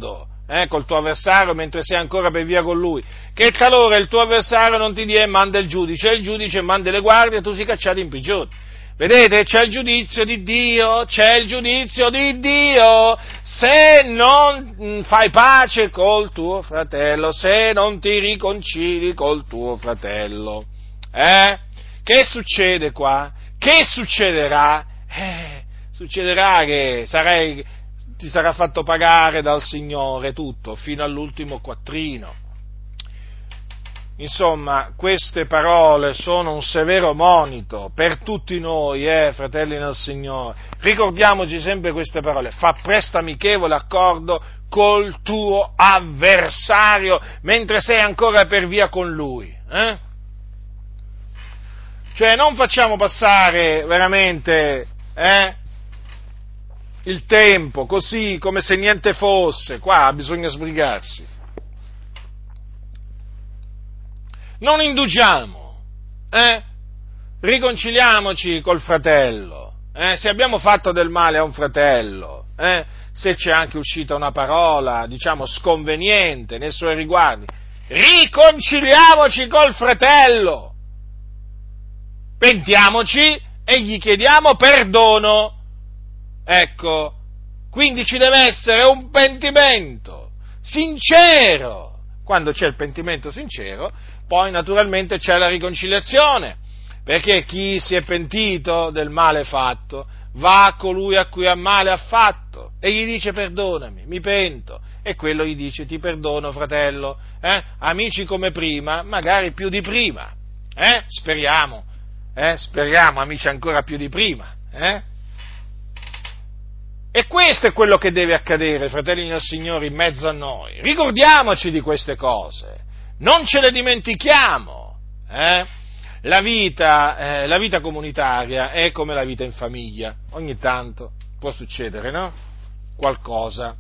eh, col tuo avversario mentre sei ancora per via con lui, che talora il tuo avversario non ti dia e manda il giudice, e il giudice manda le guardie e tu sei cacciato in prigione. Vedete, c'è il giudizio di Dio, c'è il giudizio di Dio, se non fai pace col tuo fratello, se non ti riconcili col tuo fratello. Eh? Che succede qua? Che succederà? Eh, succederà che sarai, ti sarà fatto pagare dal Signore tutto, fino all'ultimo quattrino. Insomma, queste parole sono un severo monito per tutti noi, eh, fratelli nel Signore. Ricordiamoci sempre queste parole: fa presto amichevole accordo col tuo avversario mentre sei ancora per via con lui. Eh? Cioè, non facciamo passare veramente eh, il tempo così come se niente fosse. Qua bisogna sbrigarsi. Non indugiamo, eh? Riconciliamoci col fratello, eh? Se abbiamo fatto del male a un fratello, eh? Se c'è anche uscita una parola, diciamo, sconveniente nei suoi riguardi, riconciliamoci col fratello, pentiamoci e gli chiediamo perdono, ecco, quindi ci deve essere un pentimento sincero. Quando c'è il pentimento sincero, poi naturalmente c'è la riconciliazione, perché chi si è pentito del male fatto va a colui a cui ha male ha fatto e gli dice perdonami, mi pento, e quello gli dice ti perdono fratello, eh? Amici come prima, magari più di prima, eh? speriamo, eh? speriamo amici ancora più di prima, eh? E questo è quello che deve accadere, fratelli del Signore, in mezzo a noi. Ricordiamoci di queste cose, non ce le dimentichiamo. Eh? La vita, eh, la vita comunitaria è come la vita in famiglia. Ogni tanto può succedere, no? Qualcosa,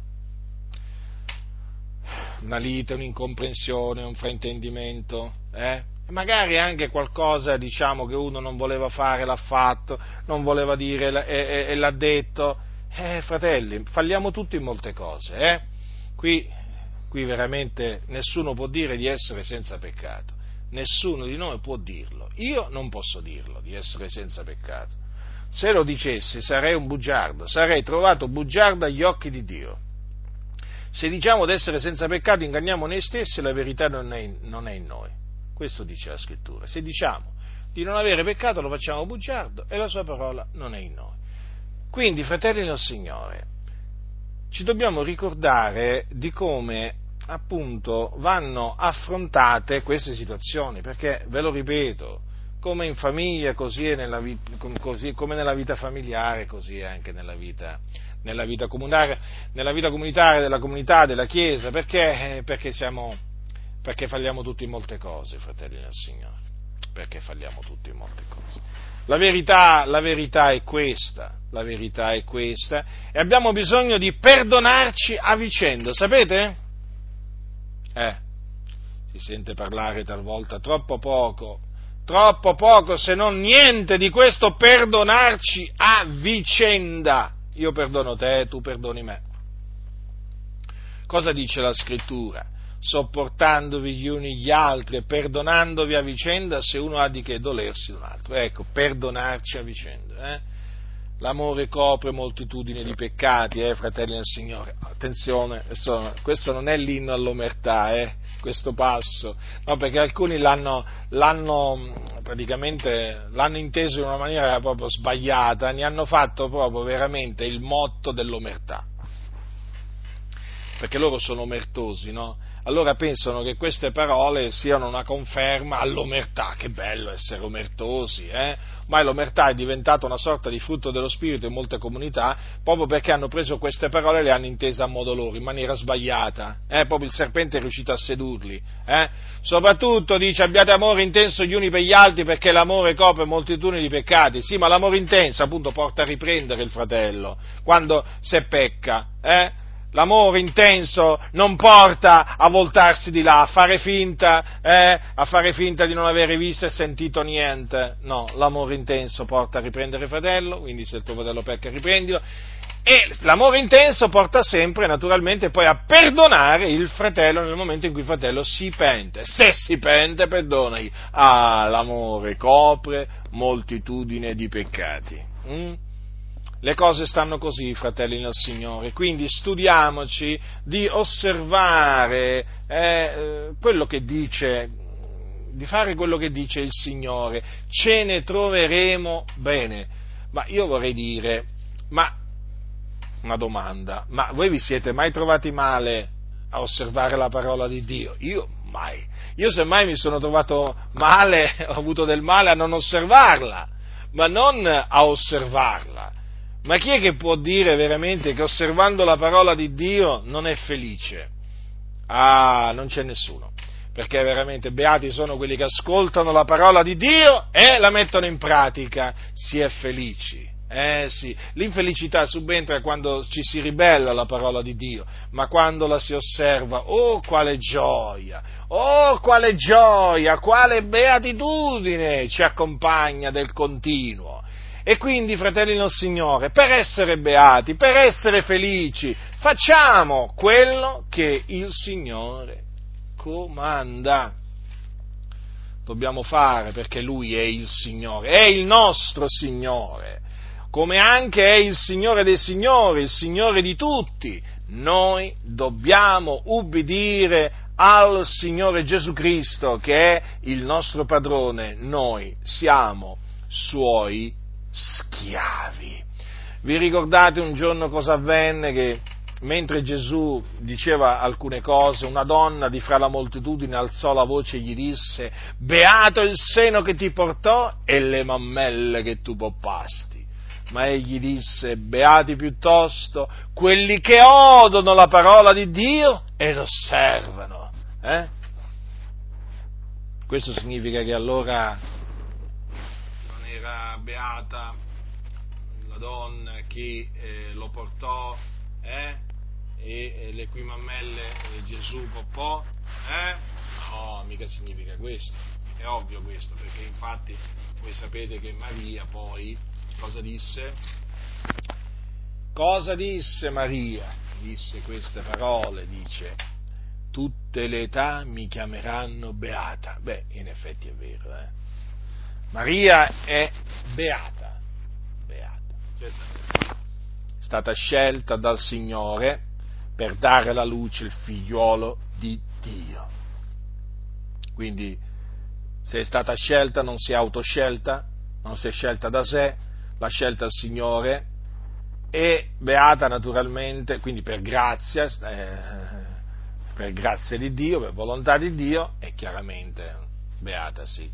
una lite, un'incomprensione, un fraintendimento, eh? Magari anche qualcosa, diciamo, che uno non voleva fare, l'ha fatto, non voleva dire e, e, e l'ha detto. Eh, fratelli, falliamo tutti in molte cose, eh? Qui, qui veramente nessuno può dire di essere senza peccato, nessuno di noi può dirlo, io non posso dirlo di essere senza peccato, se lo dicessi sarei un bugiardo, sarei trovato bugiardo agli occhi di Dio. Se diciamo di essere senza peccato inganniamo noi stessi e la verità non è, in, non è in noi, questo dice la Scrittura. Se diciamo di non avere peccato lo facciamo bugiardo e la sua parola non è in noi. Quindi, fratelli del Signore, ci dobbiamo ricordare di come appunto vanno affrontate queste situazioni, perché, ve lo ripeto, come in famiglia, così è nella vita, così, come nella vita familiare, così è anche nella vita, nella vita comunitaria, nella vita comunitaria della comunità, della Chiesa, perché, perché siamo, perché falliamo tutti in molte cose, fratelli del Signore, perché falliamo tutti in molte cose. La verità, la verità è questa, la verità è questa, e abbiamo bisogno di perdonarci a vicenda, sapete? Eh, si sente parlare talvolta troppo poco, troppo poco, se non niente di questo perdonarci a vicenda. Io perdono te, tu perdoni me. Cosa dice la Scrittura? Sopportandovi gli uni gli altri e perdonandovi a vicenda se uno ha di che dolersi d'un altro. Ecco, perdonarci a vicenda. Eh? L'amore copre moltitudine di peccati, eh, fratelli del Signore. Attenzione, questo, questo non è l'inno all'omertà, eh, questo passo, no, perché alcuni l'hanno, l'hanno praticamente l'hanno inteso in una maniera proprio sbagliata, ne hanno fatto proprio veramente il motto dell'omertà. Perché loro sono omertosi, no? Allora pensano che queste parole siano una conferma all'omertà. Che bello essere omertosi, eh? Ma l'omertà è diventata una sorta di frutto dello spirito in molte comunità, proprio perché hanno preso queste parole e le hanno intese a modo loro, in maniera sbagliata, eh? Proprio il serpente è riuscito a sedurli, eh? Soprattutto dice abbiate amore intenso gli uni per gli altri perché l'amore copre moltitudini di peccati. Sì, ma l'amore intenso appunto porta a riprendere il fratello quando se pecca, eh? L'amore intenso non porta a voltarsi di là, a fare finta, eh, a fare finta di non avere visto e sentito niente. No, l'amore intenso porta a riprendere il fratello, quindi se il tuo fratello pecca riprendilo, E l'amore intenso porta sempre, naturalmente, poi a perdonare il fratello nel momento in cui il fratello si pente. Se si pente, perdonagli. Ah, l'amore copre moltitudine di peccati. Mm? Le cose stanno così, fratelli nel Signore, quindi studiamoci di osservare eh, quello che dice, di fare quello che dice il Signore, ce ne troveremo bene. Ma io vorrei dire, ma una domanda, ma voi vi siete mai trovati male a osservare la parola di Dio? Io mai. Io semmai mi sono trovato male, ho avuto del male a non osservarla, ma non a osservarla. Ma chi è che può dire veramente che osservando la parola di Dio non è felice? Ah, non c'è nessuno, perché veramente beati sono quelli che ascoltano la parola di Dio e la mettono in pratica, si è felici. Eh sì, l'infelicità subentra quando ci si ribella alla parola di Dio, ma quando la si osserva, oh quale gioia, oh quale gioia, quale beatitudine ci accompagna del continuo. E quindi, fratelli del Signore, per essere beati, per essere felici, facciamo quello che il Signore comanda. Dobbiamo fare perché Lui è il Signore, è il nostro Signore, come anche è il Signore dei Signori, il Signore di tutti. Noi dobbiamo ubbidire al Signore Gesù Cristo, che è il nostro padrone, noi siamo Suoi schiavi. Vi ricordate un giorno cosa avvenne? Che mentre Gesù diceva alcune cose, una donna di fra la moltitudine alzò la voce e gli disse: beato il seno che ti portò e le mammelle che tu poppasti. Ma egli disse: beati piuttosto quelli che odono la parola di Dio e lo osservano. Eh? Questo significa che allora era beata la donna che eh, lo portò eh, e eh, le cui mammelle eh, Gesù poppò? Eh? No, mica significa questo, è ovvio questo, perché infatti voi sapete che Maria poi cosa disse? Cosa disse Maria? Disse queste parole, dice: tutte le età mi chiameranno beata. Beh, in effetti è vero, eh? Maria è beata, beata, certamente. È stata scelta dal Signore per dare alla luce il figliuolo di Dio. Quindi, se è stata scelta, non si è autoscelta, non si è scelta da sé, l'ha scelta il Signore, e beata naturalmente, quindi per grazia, eh, per grazia di Dio, per volontà di Dio, e chiaramente beata sì.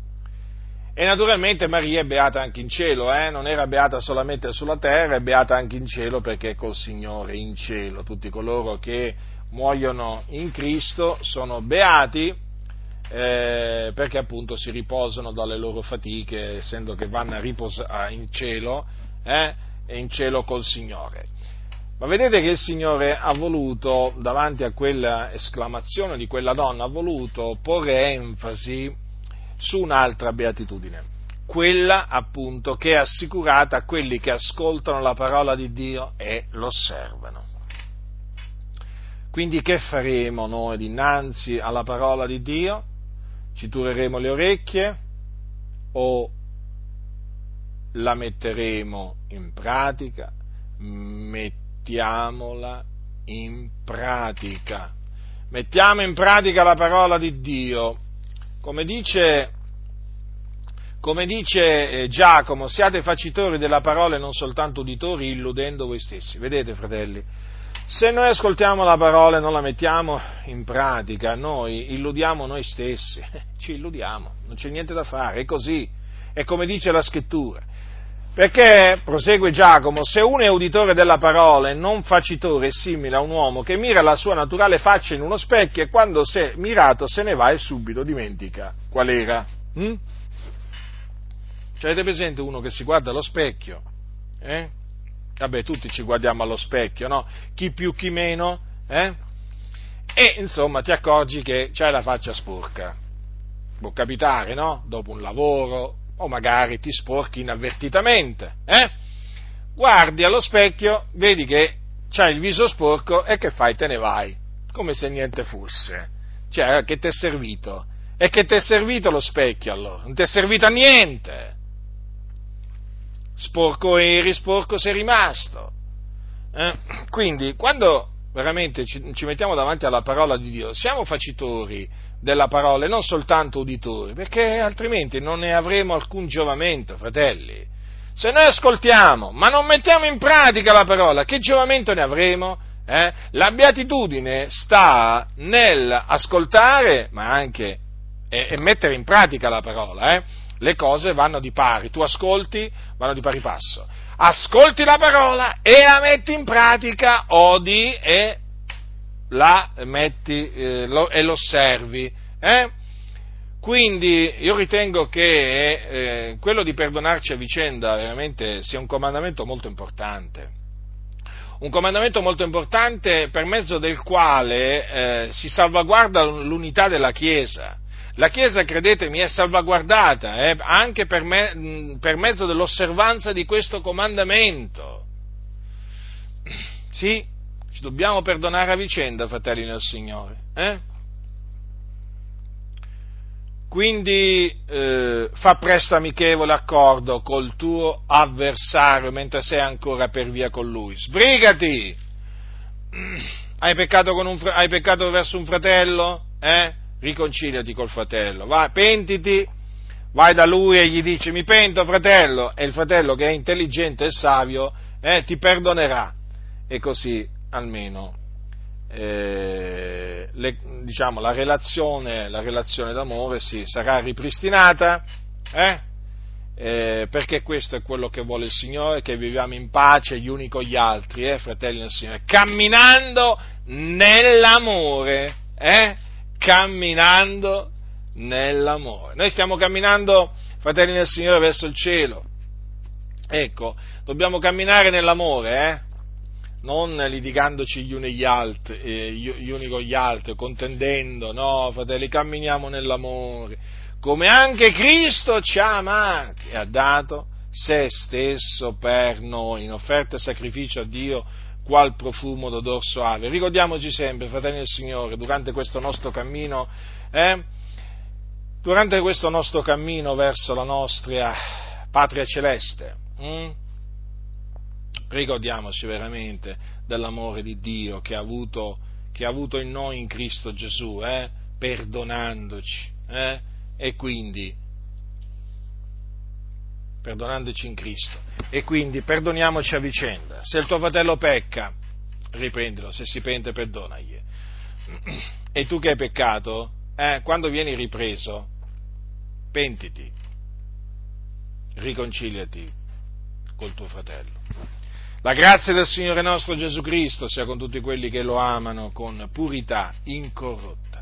E naturalmente Maria è beata anche in cielo, eh? Non era beata solamente sulla terra, è beata anche in cielo perché è col Signore in cielo. Tutti coloro che muoiono in Cristo sono beati eh, perché appunto si riposano dalle loro fatiche, essendo che vanno a riposare in cielo, eh? E in cielo col Signore. Ma vedete che il Signore ha voluto, davanti a quella esclamazione di quella donna, ha voluto porre enfasi su un'altra beatitudine, quella appunto che è assicurata a quelli che ascoltano la parola di Dio e l'osservano. Quindi che faremo noi dinanzi alla parola di Dio? Ci tureremo le orecchie o la metteremo in pratica? Mettiamola in pratica. Mettiamo in pratica la parola di Dio. Come dice, come dice eh, Giacomo, siate facitori della parola e non soltanto uditori, illudendo voi stessi. Vedete, fratelli, se noi ascoltiamo la parola e non la mettiamo in pratica, noi illudiamo noi stessi, ci illudiamo, non c'è niente da fare, è così, è come dice la Scrittura. Perché, prosegue Giacomo, se uno è uditore della parola e non facitore, è simile a un uomo che mira la sua naturale faccia in uno specchio e quando si è mirato se ne va e subito dimentica qual era. Hm? Cioè, avete presente uno che si guarda allo specchio? Eh? Vabbè, tutti ci guardiamo allo specchio, no? Chi più, chi meno, eh? E, insomma, ti accorgi che c'hai la faccia sporca. Può capitare, no? Dopo un lavoro, o magari ti sporchi inavvertitamente, eh? guardi allo specchio, vedi che c'hai il viso sporco e che fai? Te ne vai, come se niente fosse. Cioè, che ti è servito? E che ti è servito lo specchio allora? Non ti è servito a niente. Sporco eri, sporco sei rimasto. Eh? Quindi, quando veramente ci, ci mettiamo davanti alla parola di Dio, siamo facitori della parola e non soltanto uditori, perché altrimenti non ne avremo alcun giovamento, fratelli. Se noi ascoltiamo, ma non mettiamo in pratica la parola, che giovamento ne avremo? Eh? La beatitudine sta nell'ascoltare, ma anche e, e mettere in pratica la parola, eh? Le cose vanno di pari, tu ascolti, vanno di pari passo. Ascolti la parola e la metti in pratica, odi e la metti eh, lo, e lo osservi. Eh? Quindi io ritengo che eh, quello di perdonarci a vicenda veramente sia un comandamento molto importante. Un comandamento molto importante per mezzo del quale eh, si salvaguarda l'unità della Chiesa. La Chiesa, credetemi, è salvaguardata eh, anche per, me, per mezzo dell'osservanza di questo comandamento. Sì, ci dobbiamo perdonare a vicenda, fratelli nel Signore. Eh? Quindi eh, fa presto amichevole accordo col tuo avversario mentre sei ancora per via con lui. Sbrigati! Hai peccato, con un, hai peccato verso un fratello? Eh? Riconciliati col fratello, vai, pentiti, vai da lui e gli dici mi pento fratello, e il fratello che è intelligente e savio eh, ti perdonerà, e così almeno eh, le, diciamo, la relazione, la relazione d'amore sì, sarà ripristinata, eh? Eh, perché questo è quello che vuole il Signore, che viviamo in pace gli uni con gli altri, eh, fratelli del Signore, camminando nell'amore, eh? camminando nell'amore. Noi stiamo camminando, fratelli del Signore, verso il cielo. Ecco, dobbiamo camminare nell'amore, eh? Non litigandoci gli uni, gli, altri, eh, gli uni con gli altri, contendendo, no, fratelli, camminiamo nell'amore, come anche Cristo ci ha amati e ha dato se stesso per noi, in offerta e sacrificio a Dio, qual profumo d'odor soave. Ricordiamoci sempre, fratelli del Signore, durante questo nostro cammino, eh, durante questo nostro cammino verso la nostra patria celeste, hm? ricordiamoci veramente dell'amore di Dio che ha avuto, che ha avuto in noi in Cristo Gesù, eh, perdonandoci, eh, e quindi perdonandoci in Cristo, e quindi perdoniamoci a vicenda. Se il tuo fratello pecca, riprendilo, se si pente perdonagli. E tu che hai peccato, eh, quando vieni ripreso, pentiti, riconciliati col tuo fratello. La grazia del Signore nostro Gesù Cristo sia con tutti quelli che lo amano con purità incorrotta.